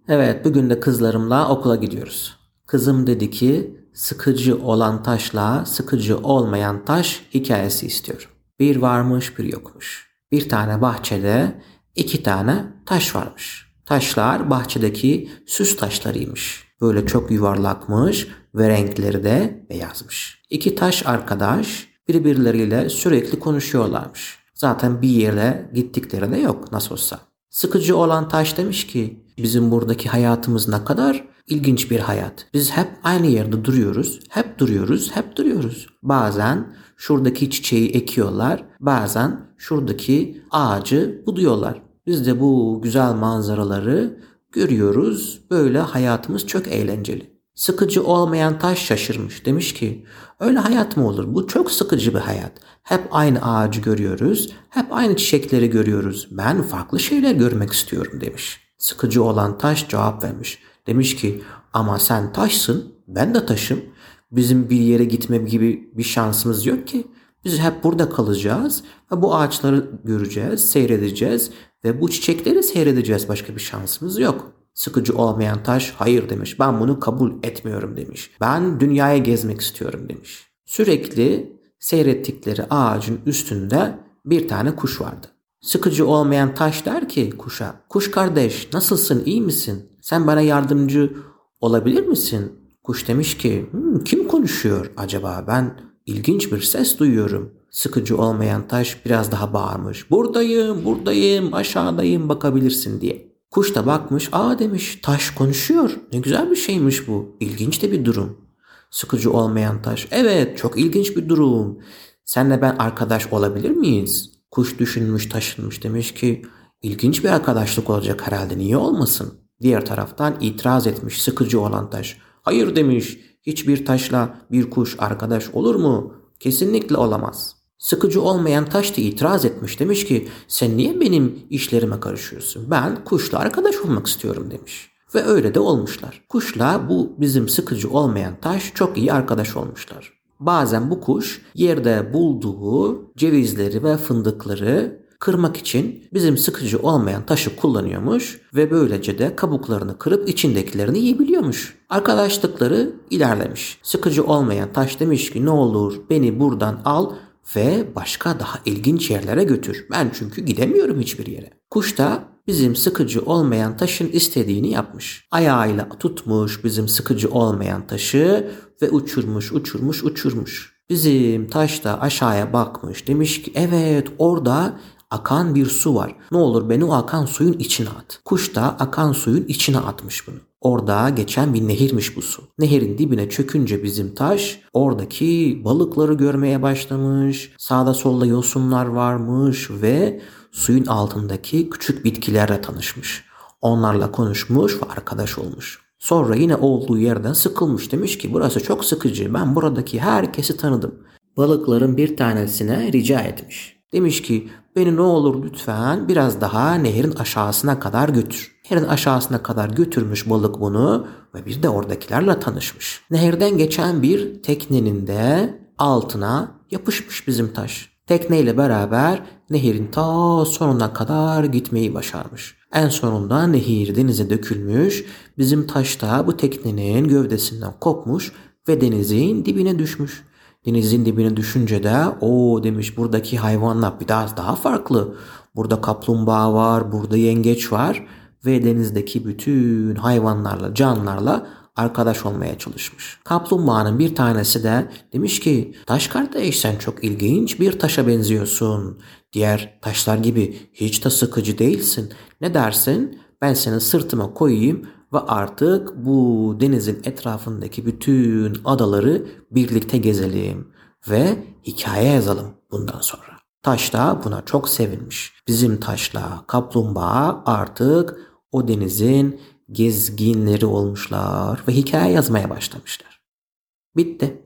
Evet, bugün de kızlarımla okula gidiyoruz. Kızım dedi ki sıkıcı olan taşla sıkıcı olmayan taş hikayesi istiyorum. Bir varmış bir yokmuş. Bir tane bahçede iki tane taş varmış. Taşlar bahçedeki süs taşlarıymış. Böyle çok yuvarlakmış ve renkleri de beyazmış. İki taş arkadaş birbirleriyle sürekli konuşuyorlarmış. Zaten bir yere gittikleri de yok nasıl olsa. Sıkıcı olan taş demiş ki bizim buradaki hayatımız ne kadar ilginç bir hayat. Biz hep aynı yerde duruyoruz, hep duruyoruz, hep duruyoruz. Bazen şuradaki çiçeği ekiyorlar, bazen şuradaki ağacı buduyorlar. Biz de bu güzel manzaraları görüyoruz. Böyle hayatımız çok eğlenceli. Sıkıcı olmayan taş şaşırmış. Demiş ki öyle hayat mı olur? Bu çok sıkıcı bir hayat. Hep aynı ağacı görüyoruz. Hep aynı çiçekleri görüyoruz. Ben farklı şeyler görmek istiyorum demiş. Sıkıcı olan taş cevap vermiş. Demiş ki ama sen taşsın, ben de taşım. Bizim bir yere gitme gibi bir şansımız yok ki. Biz hep burada kalacağız ve bu ağaçları göreceğiz, seyredeceğiz ve bu çiçekleri seyredeceğiz. Başka bir şansımız yok. Sıkıcı olmayan taş hayır demiş. Ben bunu kabul etmiyorum demiş. Ben dünyaya gezmek istiyorum demiş. Sürekli seyrettikleri ağacın üstünde bir tane kuş vardı. Sıkıcı olmayan taş der ki kuşa, kuş kardeş nasılsın, iyi misin? Sen bana yardımcı olabilir misin? Kuş demiş ki kim konuşuyor acaba, ben ilginç bir ses duyuyorum. Sıkıcı olmayan taş biraz daha bağırmış. Buradayım, buradayım, aşağıdayım, bakabilirsin diye. Kuş da bakmış, aa demiş, taş konuşuyor. Ne güzel bir şeymiş bu. İlginç de bir durum. Sıkıcı olmayan taş, evet çok ilginç bir durum. Senle ben arkadaş olabilir miyiz? Kuş düşünmüş taşınmış, demiş ki ilginç bir arkadaşlık olacak herhalde, niye olmasın? Diğer taraftan itiraz etmiş sıkıcı olan taş. Hayır demiş, hiçbir taşla bir kuş arkadaş olur mu? Kesinlikle olamaz. Sıkıcı olmayan taş da itiraz etmiş, demiş ki sen niye benim işlerime karışıyorsun? Ben kuşla arkadaş olmak istiyorum demiş. Ve öyle de olmuşlar. Kuşla bu bizim sıkıcı olmayan taş çok iyi arkadaş olmuşlar. Bazen bu kuş yerde bulduğu cevizleri ve fındıkları kırmak için bizim sıkıcı olmayan taşı kullanıyormuş ve böylece de kabuklarını kırıp içindekilerini yiyebiliyormuş. Arkadaşlıkları ilerlemiş. Sıkıcı olmayan taş demiş ki ne olur beni buradan al ve başka daha ilginç yerlere götür. Ben çünkü gidemiyorum hiçbir yere. Kuş da bizim sıkıcı olmayan taşın istediğini yapmış. Ayağıyla tutmuş bizim sıkıcı olmayan taşı ve uçurmuş, uçurmuş, uçurmuş. Bizim taş da aşağıya bakmış. Demiş ki evet orada akan bir su var. Ne olur beni o akan suyun içine at. Kuş da akan suyun içine atmış bunu. Orada geçen bir nehirmiş bu su. Nehirin dibine çökünce bizim taş oradaki balıkları görmeye başlamış. Sağda solda yosunlar varmış ve suyun altındaki küçük bitkilerle tanışmış. Onlarla konuşmuş ve arkadaş olmuş. Sonra yine olduğu yerden sıkılmış, demiş ki burası çok sıkıcı, ben buradaki herkesi tanıdım. Balıkların bir tanesine rica etmiş. Demiş ki beni ne olur lütfen biraz daha nehirin aşağısına kadar götür. Nehirin aşağısına kadar götürmüş balık bunu ve bir de oradakilerle tanışmış. Nehirden geçen bir teknenin de altına yapışmış bizim taş. Tekneyle beraber nehirin ta sonuna kadar gitmeyi başarmış. En sonunda nehir denize dökülmüş, bizim taş da bu teknenin gövdesinden kopmuş ve denizin dibine düşmüş. Denizin dibine düşünce de o demiş buradaki hayvanlar biraz daha farklı. Burada kaplumbağa var, burada yengeç var ve denizdeki bütün hayvanlarla, canlılarla arkadaş olmaya çalışmış. Kaplumbağanın bir tanesi de demiş ki taş kardeş sen çok ilginç bir taşa benziyorsun. Diğer taşlar gibi hiç de sıkıcı değilsin. Ne dersin? Ben seni sırtıma koyayım ve artık bu denizin etrafındaki bütün adaları birlikte gezelim ve hikaye yazalım bundan sonra. Taş da buna çok sevinmiş. Bizim taşla kaplumbağa artık o denizin gezginleri olmuşlar ve hikaye yazmaya başlamışlar. Bitti.